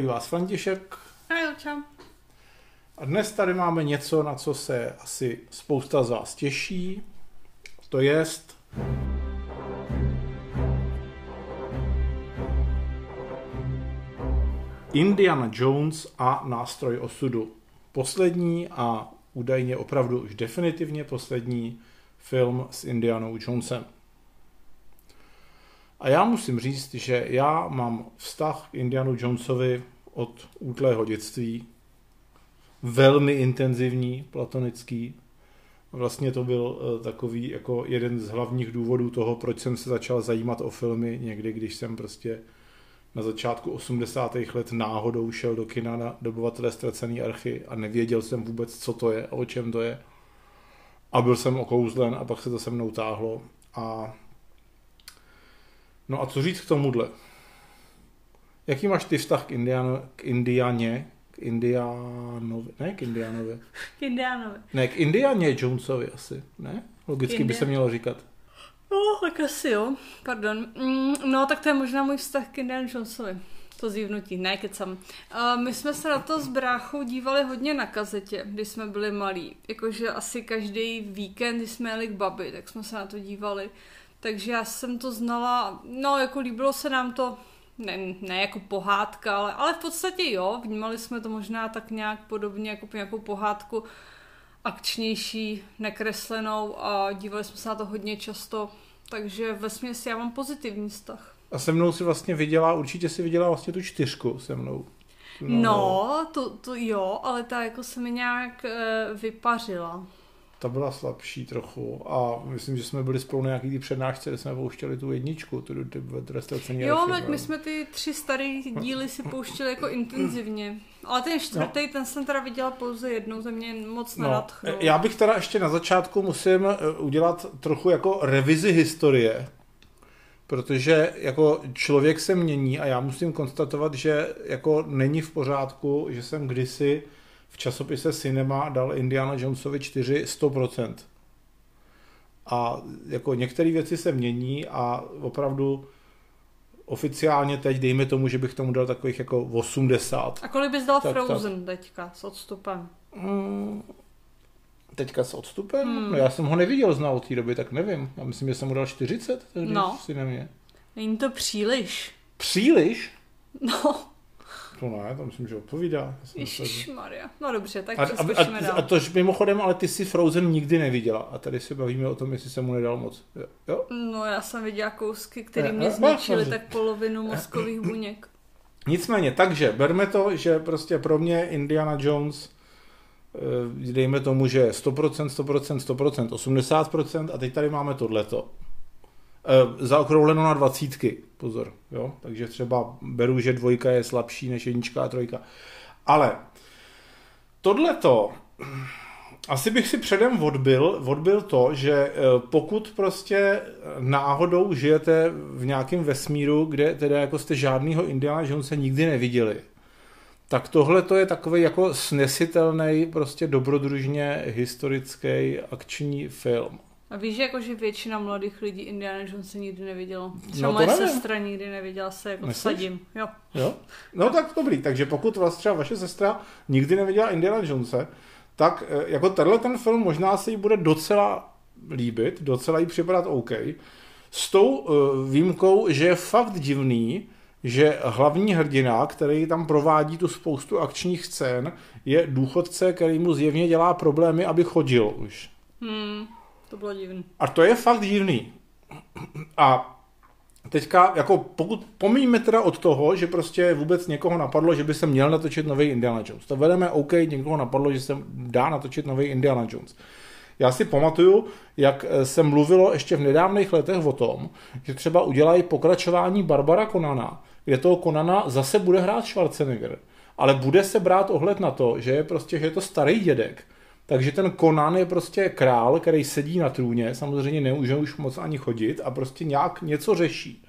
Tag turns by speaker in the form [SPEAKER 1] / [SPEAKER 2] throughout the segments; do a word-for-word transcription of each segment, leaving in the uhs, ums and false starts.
[SPEAKER 1] Zdraví vás František.
[SPEAKER 2] A čau.
[SPEAKER 1] A dnes tady máme něco, na co se asi spousta z vás těší. To jest... Indiana Jones a nástroj osudu. Poslední a údajně opravdu už definitivně poslední film s Indianou Jonesem. A já musím říct, že já mám vztah k Indianu Jonesovi od útlého dětství. Velmi intenzivní, platonický. Vlastně to byl takový jako jeden z hlavních důvodů toho, proč jsem se začal zajímat o filmy někdy, když jsem prostě na začátku osmdesátých let náhodou šel do kina na Dobovatele ztracený archy a nevěděl jsem vůbec, co to je a o čem to je. A byl jsem okouzlen a pak se to se mnou táhlo. A no a co říct k tomuhle? Jaký máš ty vztah k, Indiano, k Indianě? K Indianovi? Ne, k Indianovi.
[SPEAKER 2] K Indianovi.
[SPEAKER 1] Ne, k Indianě Jonesovi asi. Ne? Logicky by se mělo říkat.
[SPEAKER 2] No, tak asi jo. Pardon. No, tak to je možná můj vztah k Indiana Jonesovi. To zívnutí. Ne, kecam. Uh, my jsme se na to s bráchou dívali hodně na kazetě, když jsme byli malí. Jakože asi každý víkend, když jsme jeli k babi, tak jsme se na to dívali. Takže já jsem to znala, no, jako líbilo se nám to, ne, ne jako pohádka, ale, ale v podstatě jo, vnímali jsme to možná tak nějak podobně jako nějakou pohádku akčnější, nekreslenou a dívali jsme se na to hodně často, takže vesměs já mám pozitivní vztah.
[SPEAKER 1] A se mnou si vlastně viděla, určitě si viděla vlastně tu čtyřku se mnou.
[SPEAKER 2] No, no to, to jo, ale ta jako se mi nějak e, vypařila.
[SPEAKER 1] Ta byla slabší trochu a myslím, že jsme byli spolu na nějaký ty přednášce, kde jsme pouštěli tu jedničku, tu, tu, tu restauracení.
[SPEAKER 2] Jo, tak my jsme ty tři staré díly si pouštěli jako intenzivně. Ale ten čtvrtý, no. Ten jsem teda viděla pouze jednou, to mě moc
[SPEAKER 1] no.
[SPEAKER 2] nenadchnul.
[SPEAKER 1] Já bych teda ještě na začátku musím udělat trochu jako revizi historie, protože jako člověk se mění a já musím konstatovat, že jako není v pořádku, že jsem kdysi v časopise Cinema dal Indiana Jonesovi čtyři sto procent. A jako některé věci se mění a opravdu oficiálně teď dejme tomu, že bych tomu dal takových jako osmdesát.
[SPEAKER 2] A kolik bys dal
[SPEAKER 1] tak,
[SPEAKER 2] Frozen
[SPEAKER 1] tak.
[SPEAKER 2] teďka s odstupem?
[SPEAKER 1] Hmm, teďka s odstupem?
[SPEAKER 2] Hmm.
[SPEAKER 1] No já jsem ho neviděl znal od té doby, tak nevím. Já myslím, že jsem mu dal čtyřicet tehdy
[SPEAKER 2] no.
[SPEAKER 1] v Cinemě.
[SPEAKER 2] Není to příliš.
[SPEAKER 1] Příliš?
[SPEAKER 2] No.
[SPEAKER 1] To ne, to myslím, že odpovídá.
[SPEAKER 2] Ježišmarja. No dobře, tak
[SPEAKER 1] a,
[SPEAKER 2] přeskočíme
[SPEAKER 1] a,
[SPEAKER 2] dál.
[SPEAKER 1] A tož mimochodem, ale ty si Frozen nikdy neviděla. A tady se bavíme o tom, jestli se mu nedal moc. Jo?
[SPEAKER 2] No já jsem viděla kousky, které mě zničily tak polovinu mozkových buněk.
[SPEAKER 1] Nicméně, takže berme to, že prostě pro mě Indiana Jones, dejme tomu, že sto procent, sto procent, sto procent, osmdesát procent a teď tady máme tohleto. Zaokrouhleno na dvacítky, pozor, jo, takže třeba beru, že dvojka je slabší než jednička a trojka. Ale tohleto, asi bych si předem odbil, odbil to, že pokud prostě náhodou žijete v nějakém vesmíru, kde teda jako jste žádnýho Indiana Jonese nikdy neviděli, tak tohleto je takový jako snesitelný, prostě dobrodružně historický akční film.
[SPEAKER 2] A víš, jako, že většina mladých lidí Indiana Jonesa nikdy neviděla. Třeba
[SPEAKER 1] no
[SPEAKER 2] moje
[SPEAKER 1] nevím.
[SPEAKER 2] Sestra nikdy neviděla, se jako
[SPEAKER 1] Myslíš?
[SPEAKER 2] vsadím. Jo.
[SPEAKER 1] jo. No tak dobrý, takže pokud vás třeba vaše sestra nikdy neviděla Indiana Jonese, tak jako tenhle ten film možná se jí bude docela líbit, docela jí připadat OK. S tou uh, výjimkou, že je fakt divný, že hlavní hrdina, který tam provádí tu spoustu akčních scén, je důchodce, který mu zjevně dělá problémy, aby chodil už.
[SPEAKER 2] Hmm. To bylo divný.
[SPEAKER 1] A to je fakt divný. A teďka, jako pokud pomíjíme teda od toho, že prostě vůbec někoho napadlo, že by se měl natočit nový Indiana Jones. To vedeme, OK, někoho napadlo, že se dá natočit nový Indiana Jones. Já si pamatuju, jak se mluvilo ještě v nedávných letech o tom, že třeba udělají pokračování Barbara Conana, kde toho Conana zase bude hrát Schwarzenegger. Ale bude se brát ohled na to, že je prostě, že je to starý dědek. Takže ten Conan je prostě král, který sedí na trůně, samozřejmě nemůže už moc ani chodit a prostě nějak něco řeší.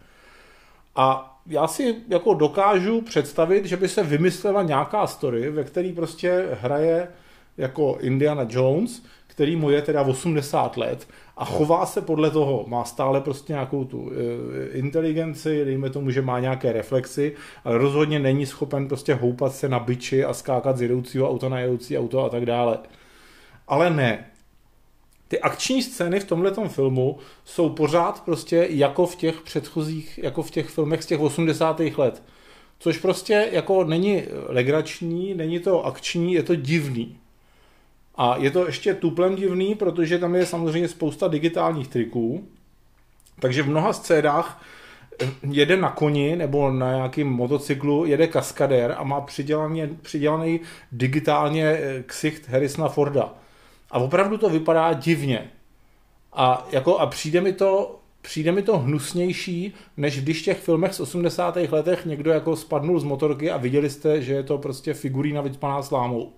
[SPEAKER 1] A já si jako dokážu představit, že by se vymyslela nějaká story, ve který prostě hraje jako Indiana Jones, který mu je teda osmdesát let a chová se podle toho, má stále prostě nějakou tu e, inteligenci, dejme tomu, že má nějaké reflexy, ale rozhodně není schopen prostě houpat se na biči a skákat z jedoucího auta na jedoucí auto a tak dále. Ale ne. Ty akční scény v tomhletom filmu jsou pořád prostě jako v těch předchozích, jako v těch filmech z těch osmdesátých let. Což prostě jako není legrační, není to akční, je to divný. A je to ještě tuplem divný, protože tam je samozřejmě spousta digitálních triků. Takže v mnoha scénách jede na koni nebo na nějakém motocyklu, jede kaskadér a má přidělaný, přidělaný digitálně ksicht Harrisona Forda. A opravdu to vypadá divně. A, jako, a přijde mi to... Přijde mi to hnusnější, než když v těch filmech z osmdesátých letech někdo jako spadnul z motorky a viděli jste, že je to prostě figurína vycpaná slámou.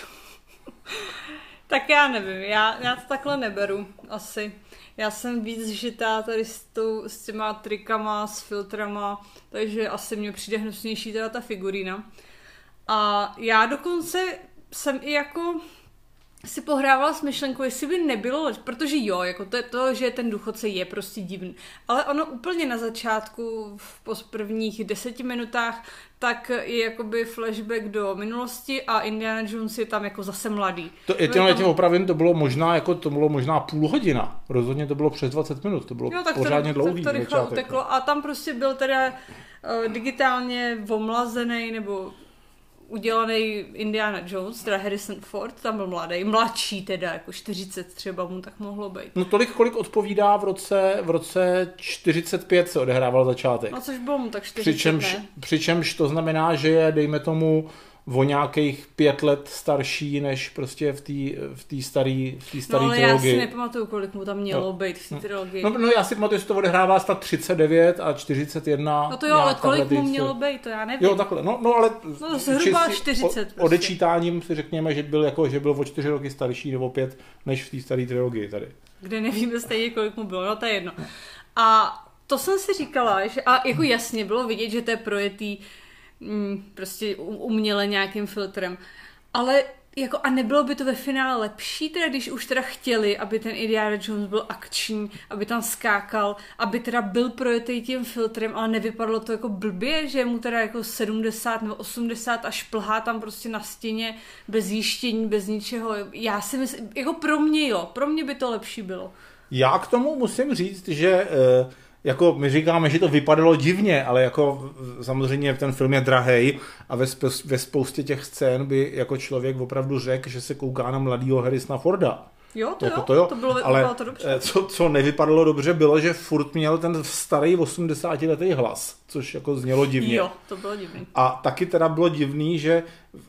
[SPEAKER 2] Tak já nevím, já, já to takhle neberu asi. Já jsem víc žitá tady s, tou, s těma trikama, s filtrama, takže asi mně přijde hnusnější teda ta figurína. A já dokonce jsem i jako... si pohrávala s myšlenkou, jestli by nebylo, protože jo, jako to, to, že ten důchodce je prostě divný, ale ono úplně na začátku, v po prvních deseti minutách, tak je jakoby flashback do minulosti a Indiana Jones je tam jako zase mladý.
[SPEAKER 1] To je těm, těm opravím, to bylo možná jako to bylo možná půl hodina. Rozhodně to bylo přes dvacet minut, to bylo jo, tak pořádně to, dlouhý.
[SPEAKER 2] Tak to rychle uteklo a tam prostě byl teda uh, digitálně omlazený nebo udělaný Indiana Jones, teda Harrison Ford, tam byl mladý, mladší teda, jako čtyřicet třeba mu tak mohlo být.
[SPEAKER 1] No tolik, kolik odpovídá v roce, v roce čtyřicet pět se odehrával začátek.
[SPEAKER 2] No což bylo mu tak čtyřicet,
[SPEAKER 1] přičemž,
[SPEAKER 2] ne?
[SPEAKER 1] Přičemž to znamená, že je, dejme tomu, o nějakých pět let starší, než prostě v té v té staré v té staré
[SPEAKER 2] no, ale
[SPEAKER 1] trilogii.
[SPEAKER 2] já si nepamatuju, kolik mu tam mělo no. být v té trilogii.
[SPEAKER 1] No, no já si pamatuju, že to odehrává snad třicet devět a čtyřicet jedna.
[SPEAKER 2] No to jo, ale kolik mu mělo být, to já nevím.
[SPEAKER 1] Jo, takhle, no, no ale...
[SPEAKER 2] No zhruba čtyřicet prostě.
[SPEAKER 1] Odečítáním si řekněme, že byl, jako, že byl o čtyři roky starší nebo pět, než v té staré trilogii tady.
[SPEAKER 2] Kde nevíme stejně, kolik mu bylo, no to je jedno. A to jsem si říkala, že a jako jasně bylo vidět, že to je projetý mm, prostě uměle nějakým filtrem. Ale jako a nebylo by to ve finále lepší, teda když už teda chtěli, aby ten Indiana Jones byl akční, aby tam skákal, aby teda byl projetý tím filtrem, ale nevypadalo to jako blbě, že mu teda jako sedmdesát nebo osmdesát a šplhá tam prostě na stěně bez jištění, bez ničeho. Já si myslím, jako pro mě jo, pro mě by to lepší bylo.
[SPEAKER 1] Já k tomu musím říct, že jako my říkáme, že to vypadalo divně, ale jako samozřejmě ten film je drahej a ve, sp- ve spoustě těch scén by jako člověk opravdu řekl, že se kouká na mladýho Harrisona Forda.
[SPEAKER 2] Jo, to,
[SPEAKER 1] jako
[SPEAKER 2] jo,
[SPEAKER 1] to jo,
[SPEAKER 2] to bylo,
[SPEAKER 1] ale
[SPEAKER 2] to dobře.
[SPEAKER 1] Co, co nevypadalo dobře bylo, že furt měl ten starý osmdesátiletý hlas, což jako znělo divně.
[SPEAKER 2] Jo, to bylo divný.
[SPEAKER 1] A taky teda bylo divný, že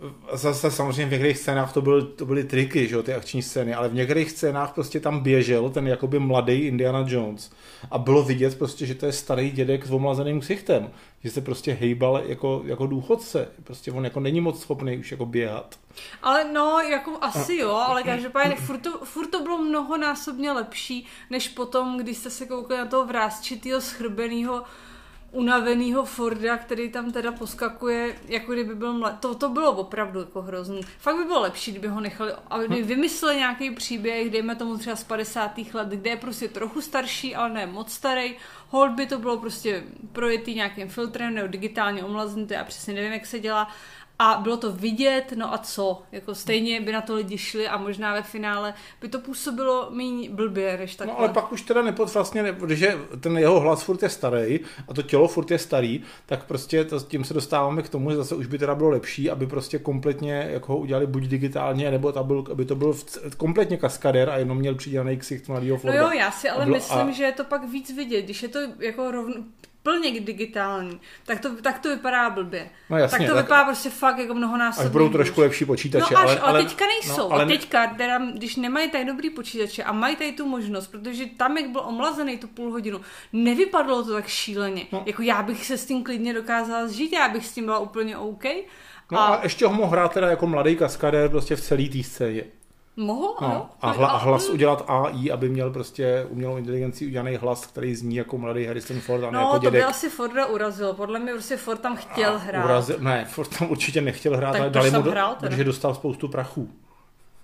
[SPEAKER 1] zase samozřejmě v některých scénách to, byl, to byly triky, že jo, ty akční scény, ale v některých scénách prostě tam běžel ten jakoby mladý Indiana Jones a bylo vidět prostě, že to je starý dědek s omlazeným ksichtem, že se prostě hejbal jako, jako důchodce, prostě on jako není moc schopný už jako běhat.
[SPEAKER 2] Ale no, jako asi jo, ale každopádně furt to, furt to bylo mnohonásobně lepší, než potom, když jste se koukali na toho vrásčitýho, schrbenýho, unavenýho Forda, který tam teda poskakuje, jako kdyby byl mlad. To, to bylo opravdu jako hrozný. Fakt by bylo lepší, kdyby ho nechali, aby vymysleli nějaký příběh, dejme tomu třeba z padesátých let, kde je prostě trochu starší, ale ne moc starý. Hold by to bylo prostě projetý nějakým filtrem nebo digitálně omlazený, to já přesně nevím, jak se dělá. A bylo to vidět, no a co? Jako stejně by na to lidi šli a možná ve finále by to působilo méně blbě, než takhle.
[SPEAKER 1] No ale pak už teda nepod vlastně, ne, když je, ten jeho hlas furt je starý a to tělo furt je starý, tak prostě to, tím se dostáváme k tomu, že zase už by teda bylo lepší, aby prostě kompletně jako ho udělali buď digitálně, nebo to byl, aby to byl kompletně kaskadér a jenom měl přidělaný ksicht mladýho Forda.
[SPEAKER 2] No jo, já si ale
[SPEAKER 1] bylo,
[SPEAKER 2] myslím,
[SPEAKER 1] a...
[SPEAKER 2] že je to pak víc vidět, když je to jako rovno plně digitální, tak to, tak to vypadá blbě.
[SPEAKER 1] No jasně,
[SPEAKER 2] tak to
[SPEAKER 1] tak
[SPEAKER 2] vypadá prostě fakt jako mnohonásobně.
[SPEAKER 1] Až budou trošku lepší počítače.
[SPEAKER 2] No až,
[SPEAKER 1] ale,
[SPEAKER 2] ale teďka nejsou.
[SPEAKER 1] No, ale...
[SPEAKER 2] A teďka, teda, když nemají tady dobrý počítače a mají tady tu možnost, protože tam, jak byl omlazený tu půl hodinu, nevypadalo to tak šíleně. No. Jako já bych se s tím klidně dokázala zžít, já bych s tím byla úplně OK.
[SPEAKER 1] No a, a ještě ho mohl hrát teda jako mladý kaskadér prostě v celý té scéně.
[SPEAKER 2] Mohl,
[SPEAKER 1] no,
[SPEAKER 2] ano.
[SPEAKER 1] A, hla, a hlas udělat A I, aby měl prostě umělou inteligenci udělaný hlas, který zní jako mladý Harrison Ford a ne
[SPEAKER 2] no,
[SPEAKER 1] jako dědek.
[SPEAKER 2] No, to by asi Forda urazilo. Podle mě prostě Ford tam chtěl a hrát.
[SPEAKER 1] Urazil, ne, Ford tam určitě nechtěl hrát,
[SPEAKER 2] tak
[SPEAKER 1] ale dali mu,
[SPEAKER 2] hrál,
[SPEAKER 1] protože dostal spoustu prachů.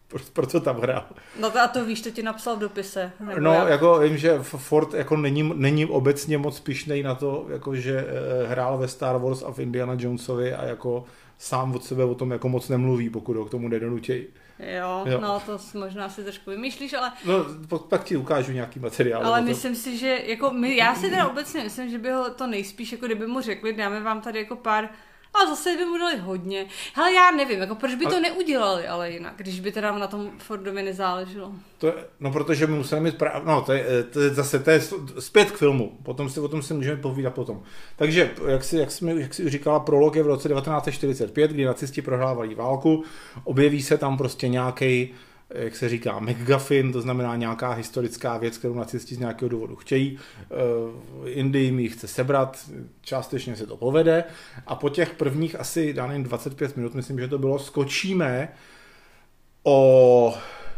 [SPEAKER 1] proto tam hrál.
[SPEAKER 2] No to a to víš, to ti napsal v dopise.
[SPEAKER 1] No,
[SPEAKER 2] já?
[SPEAKER 1] jako vím, že Ford jako není, není obecně moc pyšnej na to, jako že hrál ve Star Wars a v Indiana Jonesovi a jako sám od sebe o tom jako moc nemluví, pokud ho k tomu nedonutějí.
[SPEAKER 2] Jo, jo, no to možná si trošku vymýšlíš, ale...
[SPEAKER 1] No, pak ti ukážu nějaký materiál.
[SPEAKER 2] Ale myslím si, že jako my, já si teda obecně myslím, že by ho to nejspíš, jako kdyby mu řekli, dáme vám tady jako pár, a zase by mu dali hodně. Hele, já nevím, jako proč by to ale... neudělali, ale jinak, když by teda na tom Fordovi nezáleželo.
[SPEAKER 1] To je, no, protože my musíme mít práv... No, to je, to je zase, to je zpět k filmu. Potom si o tom si můžeme povídat potom. Takže, jak si, jak jsme, jak si říkala, prolog je v roce devatenáct set čtyřicet pět, kdy nacisti prohrávají válku. Objeví se tam prostě nějaký, jak se říká, MacGuffin, to znamená nějaká historická věc, kterou nacisti z nějakého důvodu chtějí. Indii mi chce sebrat, částečně se to povede. A po těch prvních asi, já nevím, dvacet pět minut, myslím, že to bylo, skočíme o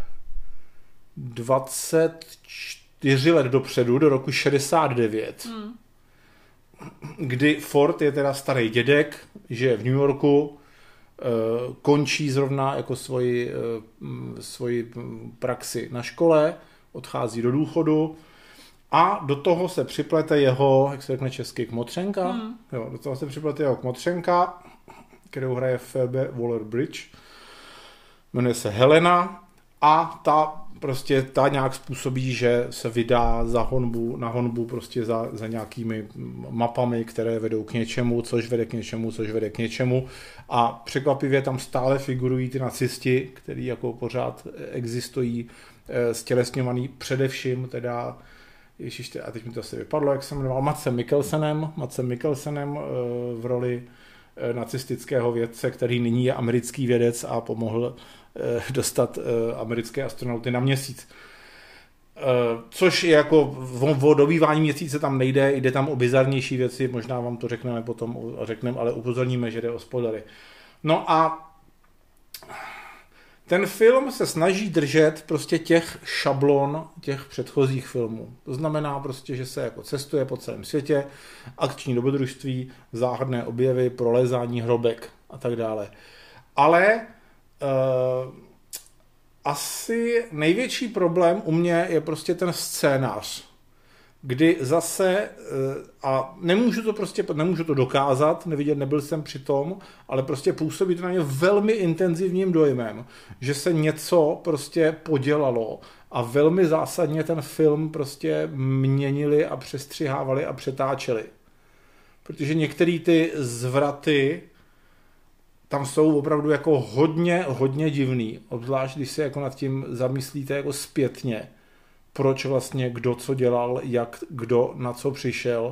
[SPEAKER 1] dvacet čtyři let dopředu, do roku šedesát devět, hmm. kdy Ford je teda starý dědek, žije v New Yorku, končí zrovna jako svoji, svoji praxi na škole, odchází do důchodu a do toho se připlete jeho, jak se řekne česky, kmotřenka, hmm. jo, do toho se připlete jeho kmotřenka, kterou hraje Phoebe Waller-Bridge, jmenuje se Helena a ta prostě ta nějak způsobí, že se vydá za honbu, na honbu prostě za, za nějakými mapami, které vedou k něčemu, což vede k něčemu, což vede k něčemu. A překvapivě tam stále figurují ty nacisti, který jako pořád existují, stělesňovaný především teda, ježiš, a teď mi to asi vypadlo, jak se jmenoval, Madsem Mikkelsenem, Madsem Mikkelsenem v roli nacistického vědce, který nyní je americký vědec a pomohl dostat americké astronauty na měsíc. Což je jako o dobývání měsíce tam nejde, jde tam o bizarnější věci, možná vám to řekneme potom, řekneme, ale upozorníme, že jde o spoilery. No a ten film se snaží držet prostě těch šablon těch předchozích filmů. To znamená prostě, že se jako cestuje po celém světě, akční dobrodružství, záhadné objevy, prolézání hrobek a tak dále. Ale Uh, asi největší problém u mě je prostě ten scénář, kdy zase, uh, a nemůžu to prostě, nemůžu to dokázat, nevidět, nebyl jsem při tom, ale prostě působí to na mě velmi intenzivním dojmem, že se něco prostě podělalo a velmi zásadně ten film prostě měnili a přestřihávali a přetáčeli. Protože některé ty zvraty tam jsou opravdu jako hodně, hodně divný. Obzvlášť, když se jako nad tím zamyslíte jako zpětně. Proč vlastně kdo co dělal, jak kdo na co přišel.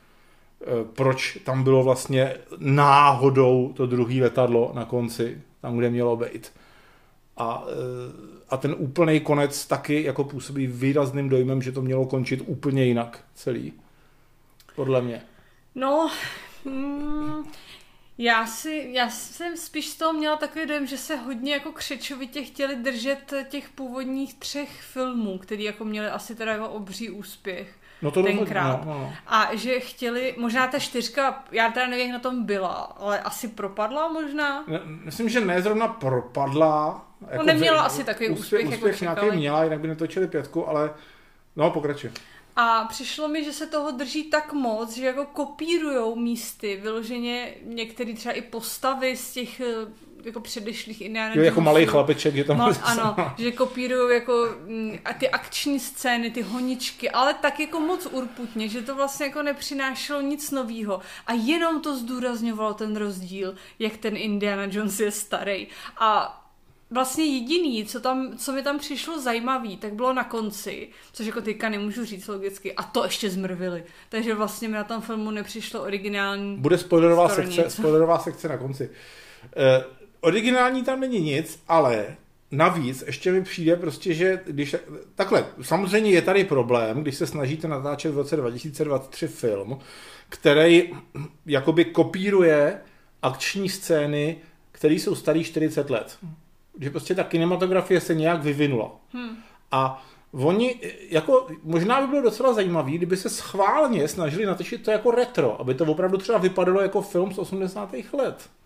[SPEAKER 1] Proč tam bylo vlastně náhodou to druhé letadlo na konci, tam, kde mělo být. A, a ten úplný konec taky jako působí výrazným dojmem, že to mělo končit úplně jinak celý. Podle mě.
[SPEAKER 2] No... Hmm... Já, si, já jsem spíš z toho měla takový dojem, že se hodně jako křečovitě chtěli držet těch původních třech filmů, který jako měli asi teda jako obří úspěch
[SPEAKER 1] no to
[SPEAKER 2] tenkrát.
[SPEAKER 1] No, no.
[SPEAKER 2] A že chtěli, možná ta čtyřka, já teda nevím, jak na tom byla, ale asi propadla možná?
[SPEAKER 1] Ne, myslím, že ne zrovna propadla. Jako
[SPEAKER 2] no neměla v, asi takový úspěch, úspěch
[SPEAKER 1] jako nějaký měla, jinak by netočili pětku, ale no pokračuj.
[SPEAKER 2] A přišlo mi, že se toho drží tak moc, že jako kopírujou místy, vyloženě některé třeba i postavy z těch jako předešlých Indiana Jonesů.
[SPEAKER 1] Jako malej chlapeček, že tam...
[SPEAKER 2] Mal, ano, že kopírujou jako a ty akční scény, ty honičky, ale tak jako moc urputně, že to vlastně jako nepřinášelo nic novýho. A jenom to zdůrazňovalo ten rozdíl, jak ten Indiana Jones je starý. A vlastně jediný, co, tam, co mi tam přišlo zajímavý, tak bylo na konci, což jako teďka nemůžu říct logicky, a to ještě zmrvili. Takže vlastně mi na tom filmu nepřišlo originální.
[SPEAKER 1] Bude spoilerová sekce, spoilerová sekce na konci. Eh, originální tam není nic, ale navíc ještě mi přijde prostě, že když... Takhle, samozřejmě je tady problém, když se snažíte natáčet v roce dva tisíce dvacet tři film, který jakoby kopíruje akční scény, které jsou starý čtyřicet let. Že prostě ta kinematografie se nějak vyvinula. Hmm. A oni, jako, možná by bylo docela zajímavý, kdyby se schválně snažili natočit to jako retro, aby to opravdu třeba vypadalo jako film z osmdesátých let.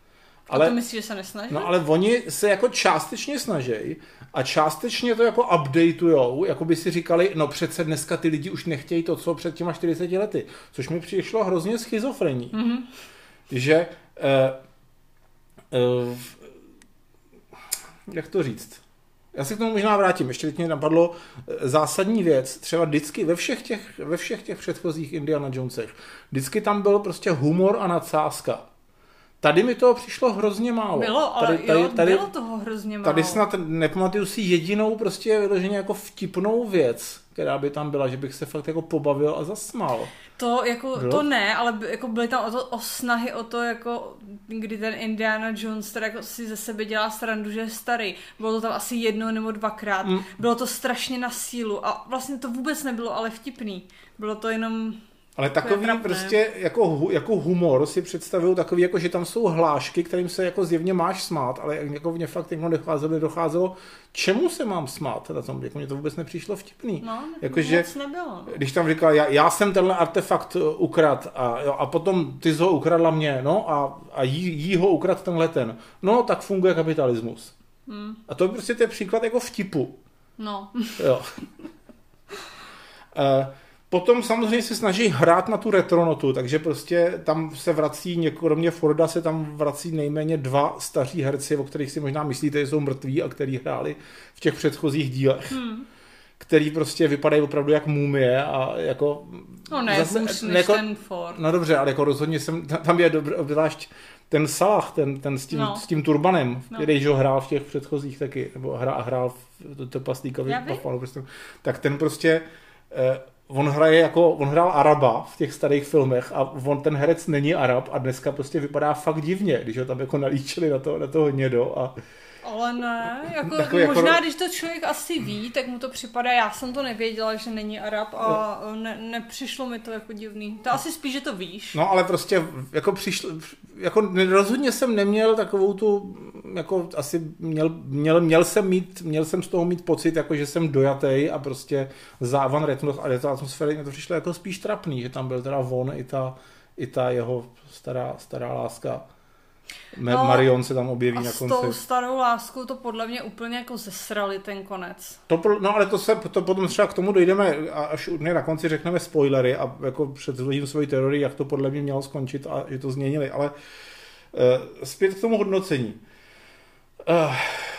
[SPEAKER 1] Ale,
[SPEAKER 2] a to myslíš, že se nesnaží?
[SPEAKER 1] No ale oni se jako částečně snaží a částečně to jako updateujou, jako by si říkali, no přece dneska ty lidi už nechtějí to, co před těma čtyřiceti lety. Což mi přišlo hrozně schizofrení. Mm-hmm. Že eh, eh, jak to říct? Já se k tomu možná vrátím. Ještě teď mě napadlo zásadní věc. Třeba vždycky ve všech těch, ve všech těch předchozích Indiana Jonesech vždycky tam byl prostě humor a nadsázka. Tady mi toho přišlo hrozně málo.
[SPEAKER 2] Bylo, ale
[SPEAKER 1] tady, tady,
[SPEAKER 2] jo,
[SPEAKER 1] tady,
[SPEAKER 2] bylo toho hrozně málo.
[SPEAKER 1] Tady snad nepamatuju si jedinou prostě vyloženě jako vtipnou věc, která by tam byla, že bych se fakt jako pobavil a zasmál.
[SPEAKER 2] To jako, to ne, ale by, jako byly tam o, to, o snahy o to, jako kdy ten Indiana Jones teda jako si ze sebe dělá srandu, že je starý. Bylo to tam asi jedno nebo dvakrát. Mm. Bylo to strašně na sílu a vlastně to vůbec nebylo ale vtipný. Bylo to jenom...
[SPEAKER 1] Ale takový prostě jako, jako humor si představuju takový, jako že tam jsou hlášky, kterým se jako zjevně máš smát, ale jako mě fakt jako docházelo, docházelo, čemu se mám smát na tom, jako mě to vůbec nepřišlo vtipný.
[SPEAKER 2] No,
[SPEAKER 1] jako,
[SPEAKER 2] že, nebylo.
[SPEAKER 1] Když tam říkal, já, já jsem tenhle artefakt ukrad a, jo, a potom ty jsi ho ukradla mě, no a, a jí, jí ho ukrad tenhle ten. No, tak funguje kapitalismus. Hmm. A to je prostě ten příklad jako vtipu.
[SPEAKER 2] No.
[SPEAKER 1] Jo. uh, Potom samozřejmě se snaží hrát na tu retronotu, takže prostě tam se vrací, kromě Forda se tam vrací nejméně dva staří herci, o kterých si možná myslíte, že jsou mrtví a který hráli v těch předchozích dílech. Hmm. Který prostě vypadají opravdu jak mumie a jako...
[SPEAKER 2] No ne, zase, hůř než jako, ten Ford.
[SPEAKER 1] No dobře, ale jako rozhodně jsem, tam je dobře, obzvlášť ten Salah, ten, ten s, tím, no. s tím turbanem, no. který že ho hrál v těch předchozích taky, nebo hrál, hrál v Trpaslíkovi, tak ten prostě... Eh, On hraje jako, on hrál Araba v těch starých filmech a on ten herec není Arab a dneska prostě vypadá fakt divně, když ho tam jako nalíčili na to, na toho hnědo a...
[SPEAKER 2] Ale ne, jako, jako možná jako... když to člověk asi ví, tak mu to připadá, já jsem to nevěděla, že není Arab a ne, nepřišlo mi to jako divný. To asi spíš, že to víš.
[SPEAKER 1] No ale prostě jako přišlo, jako rozhodně jsem neměl takovou tu, jako asi měl, měl, měl jsem mít, měl jsem z toho mít pocit, jako že jsem dojatej a prostě závan retno a ta atmosféra mě to přišlo jako spíš trapný, že tam byl teda on i ta, i ta jeho stará, stará láska. No, Marion se tam objeví na konci. A s
[SPEAKER 2] tou starou láskou to podle mě úplně jako zesrali ten konec.
[SPEAKER 1] To, no ale to se to potom třeba k tomu dojdeme, až na konci řekneme spoilery a jako předhodím svoji teorii, jak to podle mě mělo skončit a že to změnili, ale uh, zpět k tomu hodnocení. Uh,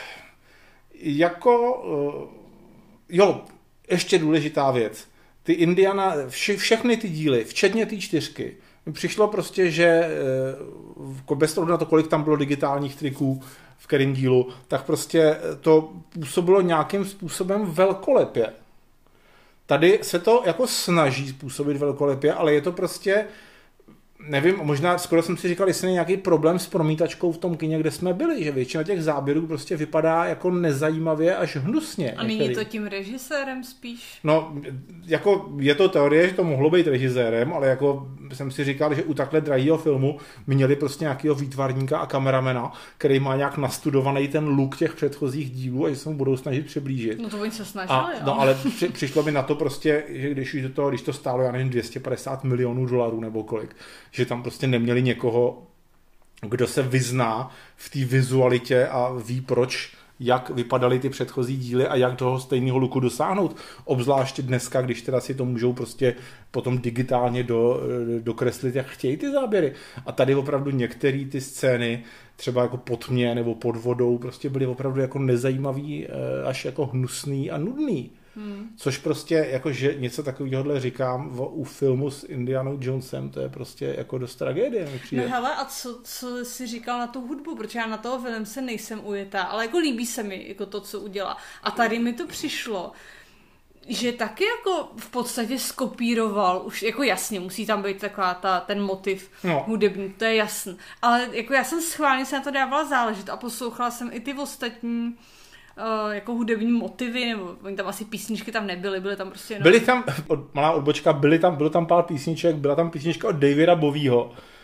[SPEAKER 1] jako uh, jo, ještě důležitá věc. Ty Indiana, vše, všechny ty díly, včetně ty čtyřky, přišlo prostě, že bez toho na to, kolik tam bylo digitálních triků v kterém dílu, tak prostě to působilo nějakým způsobem velkolepě. Tady se to jako snaží způsobit velkolepě, ale je to prostě, nevím, možná skoro jsem si říkal, jestli je nějaký problém s promítačkou v tom kině, kde jsme byli, že většina těch záběrů prostě vypadá jako nezajímavě až hnusně.
[SPEAKER 2] A není to tím režisérem spíš?
[SPEAKER 1] No, jako je to teorie, že to mohlo být režisérem, ale jako jsem si říkal, že u takhle drahého filmu měli prostě nějakého výtvarníka a kameramena, který má nějak nastudovaný ten look těch předchozích dílů a že se mu budou snažit přiblížit.
[SPEAKER 2] No to oni se snažili, a, jo.
[SPEAKER 1] No ale při, přišlo mi na to prostě, že když, to, když to stálo, já nevím, dvě stě padesát milionů dolarů nebo kolik, že tam prostě neměli někoho, kdo se vyzná v té vizualitě a ví proč, jak vypadaly ty předchozí díly a jak toho stejného looku dosáhnout. Obzvláště dneska, když teda si to můžou prostě potom digitálně do, dokreslit, jak chtějí ty záběry. A tady opravdu některé ty scény, třeba jako pod tmě nebo pod vodou, prostě byly opravdu jako nezajímavý, až jako hnusný a nudný. Hmm. Což prostě, jakože něco takového říkám v, u filmu s Indianou Jonesem, to je prostě jako dost tragédie.
[SPEAKER 2] No hele, a co, co jsi říkal na tu hudbu, protože já na toho film se nejsem ujetá, ale jako líbí se mi jako to, co udělá. A tady mi to přišlo, že taky jako v podstatě skopíroval, už jako jasně, musí tam být taková ta, ten motiv no. hudební, to je jasný. Ale jako já jsem schválně se na to dávala záležet a poslouchala jsem i ty ostatní Uh, jako hudební motivy, nebo oni tam asi písničky tam nebyly, byly tam prostě... Jenom...
[SPEAKER 1] Byly tam, od, malá odbočka, byly tam, bylo tam pár písniček, byla tam písnička od Davida Bowieho,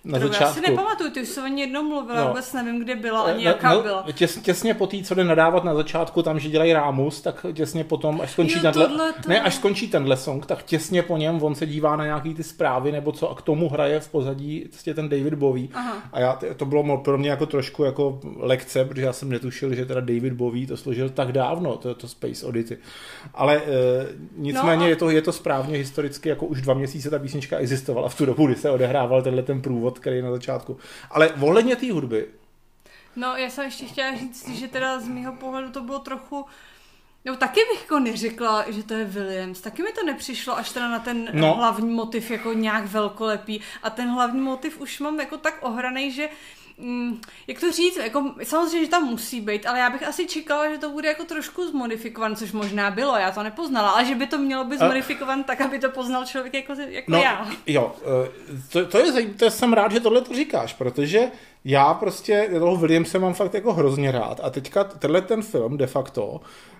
[SPEAKER 1] na
[SPEAKER 2] Kterou
[SPEAKER 1] začátku.
[SPEAKER 2] Já si nepamatuju, ty už se o ní jednou mluvila,
[SPEAKER 1] no.
[SPEAKER 2] vůbec nevím, kde byla, ani jaká
[SPEAKER 1] no,
[SPEAKER 2] byla.
[SPEAKER 1] Těs, těsně po té, co jde nadávat na začátku, tam, že dělají rámus, tak těsně potom, až skončí,
[SPEAKER 2] jo,
[SPEAKER 1] tenhle, ne, až skončí tenhle song, tak těsně po něm on se dívá na nějaký ty zprávy, nebo co, a k tomu hraje v pozadí vlastně ten David Bowie.
[SPEAKER 2] Aha.
[SPEAKER 1] A já, to bylo pro mě jako trošku jako lekce, protože já jsem netušil, že teda David Bowie to složil tak dávno, to, to Space Oddity. Ale e, nicméně no a... je, to, je to správně historicky, jako už dva měsíce ta písnička existovala v tu dobu, kdy se odehrával tenhle ten průvod, který je na začátku. Ale ohledně té hudby.
[SPEAKER 2] No, já jsem ještě chtěla říct, že teda z mýho pohledu to bylo trochu... No, taky bych jako neřekla, že to je Williams. Taky mi to nepřišlo až teda na ten no. hlavní motiv jako nějak velkolepý. A ten hlavní motiv už mám jako tak ohranej, že... Mm, jak to říct, jako, samozřejmě, že tam musí být, ale já bych asi čekala, že to bude jako trošku zmodifikované, což možná bylo, já to nepoznala, ale že by to mělo být zmodifikované tak, aby to poznal člověk jako, jako
[SPEAKER 1] no,
[SPEAKER 2] já.
[SPEAKER 1] Jo, to, to je zajímavé, to jsem rád, že tohle to říkáš, protože já prostě toho Williamse mám fakt jako hrozně rád a teďka tenhle ten film de facto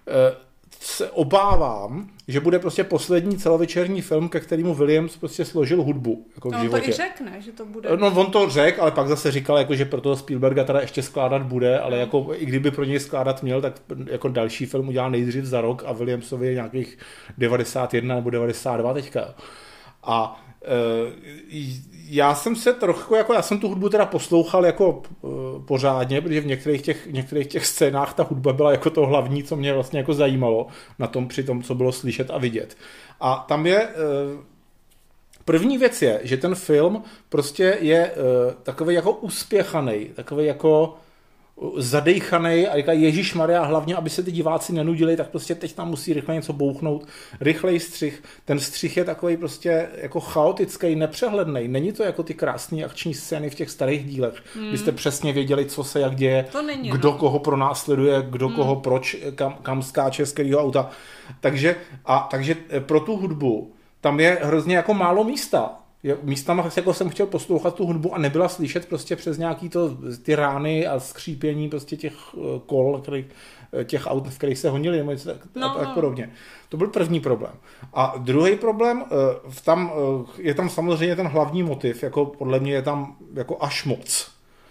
[SPEAKER 1] se obávám, že bude prostě poslední celovečerní film, ke kterému Williams prostě složil hudbu. Jako
[SPEAKER 2] no,
[SPEAKER 1] v
[SPEAKER 2] on
[SPEAKER 1] životě.
[SPEAKER 2] to i řekne, že to bude.
[SPEAKER 1] No, on to řekl, ale pak zase říkal, jako, že pro toho Spielberga teda ještě skládat bude, ale jako, i kdyby pro něj skládat měl, tak jako další film udělal nejdřív za rok a Williamsovi je nějakých devadesát jedna nebo devadesát dva teďka. A e, já jsem se trochu, jako já jsem tu hudbu teda poslouchal jako e, pořádně, protože v některých těch, některých těch scénách ta hudba byla jako to hlavní, co mě vlastně jako zajímalo na tom, při tom, co bylo slyšet a vidět. A tam je, e, první věc je, že ten film prostě je e, takový jako uspěchaný, takový jako zadejchanej a říká ježišmarja, hlavně, aby se ty diváci nenudili, tak prostě teď tam musí rychle něco bouchnout, rychlej střih. Ten střih je takový prostě jako chaotický, nepřehledný. Není to jako ty krásné akční scény v těch starých dílech. Hmm. Vy jste přesně věděli, co se jak děje,
[SPEAKER 2] to není,
[SPEAKER 1] kdo
[SPEAKER 2] no.
[SPEAKER 1] koho pronásleduje, kdo hmm. koho proč, kam, kam skáče z kterého auta. Takže, a, takže pro tu hudbu tam je hrozně jako málo místa. Místama jako jsem chtěl poslouchat tu hudbu a nebyla slyšet prostě přes nějaký to, ty rány a skřípění prostě těch kol, který, těch aut, v kterých se honili nebo něco tak, no, a tak podobně. To byl první problém. A druhý problém, tam, je tam samozřejmě ten hlavní motiv, jako podle mě je tam jako až moc.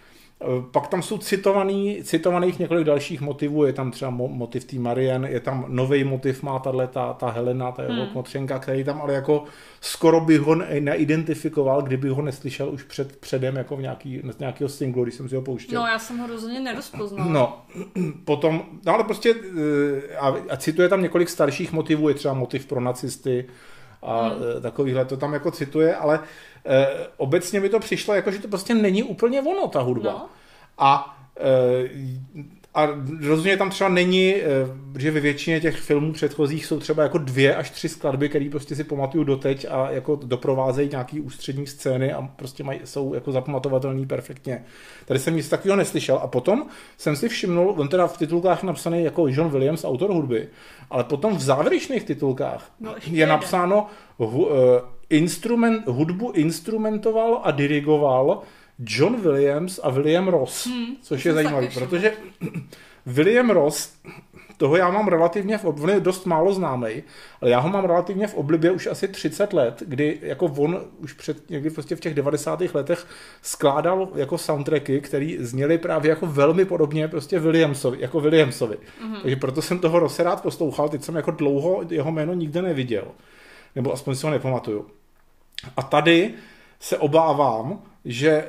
[SPEAKER 1] Pak tam jsou citovaný, citovaných několik dalších motivů, je tam třeba motiv té Marianne, je tam nový motiv, má tahle ta, ta Helena, ta jeho hmm. kmotřenka, který tam ale jako skoro by ho neidentifikoval, kdyby ho neslyšel už před, předem jako v nějaký, nějakého singlu, když jsem si ho pouštěl.
[SPEAKER 2] No, já jsem ho rozhodně nerozpoznal.
[SPEAKER 1] No, potom, no ale prostě a, a cituje tam několik starších motivů, je třeba motiv pro nacisty a hmm. takovýhle, to tam jako cituje, ale e, obecně mi to přišlo, jako, že to prostě není úplně ono, ta hudba. No. A, e, a rozhodně tam třeba není, e, že ve většině těch filmů předchozích jsou třeba jako dvě až tři skladby, které prostě si pamatuju doteď a jako doprovázejí nějaký ústřední scény a prostě mají, jsou jako zapamatovatelný perfektně. Tady jsem nic takového neslyšel a potom jsem si všimnul, on teda v titulkách napsaný jako John Williams, autor hudby, ale potom v závěrečných titulkách no, je napsáno hu, uh, instrument, hudbu instrumentoval a dirigoval John Williams a William Ross, hmm, což je zajímavé, protože William Ross, toho já mám relativně, v on je dost málo známej, ale já ho mám relativně v oblibě už asi třicet let, kdy jako on už před někdy prostě v těch devadesátých letech skládal jako soundtracky, které zněly právě jako velmi podobně prostě Williamsovi, jako Williamsovi. Mm-hmm. Takže proto jsem toho Rosse rád poslouchal, teď jsem jako dlouho jeho jméno nikde neviděl. Nebo aspoň si ho nepamatuju. A tady se obávám, že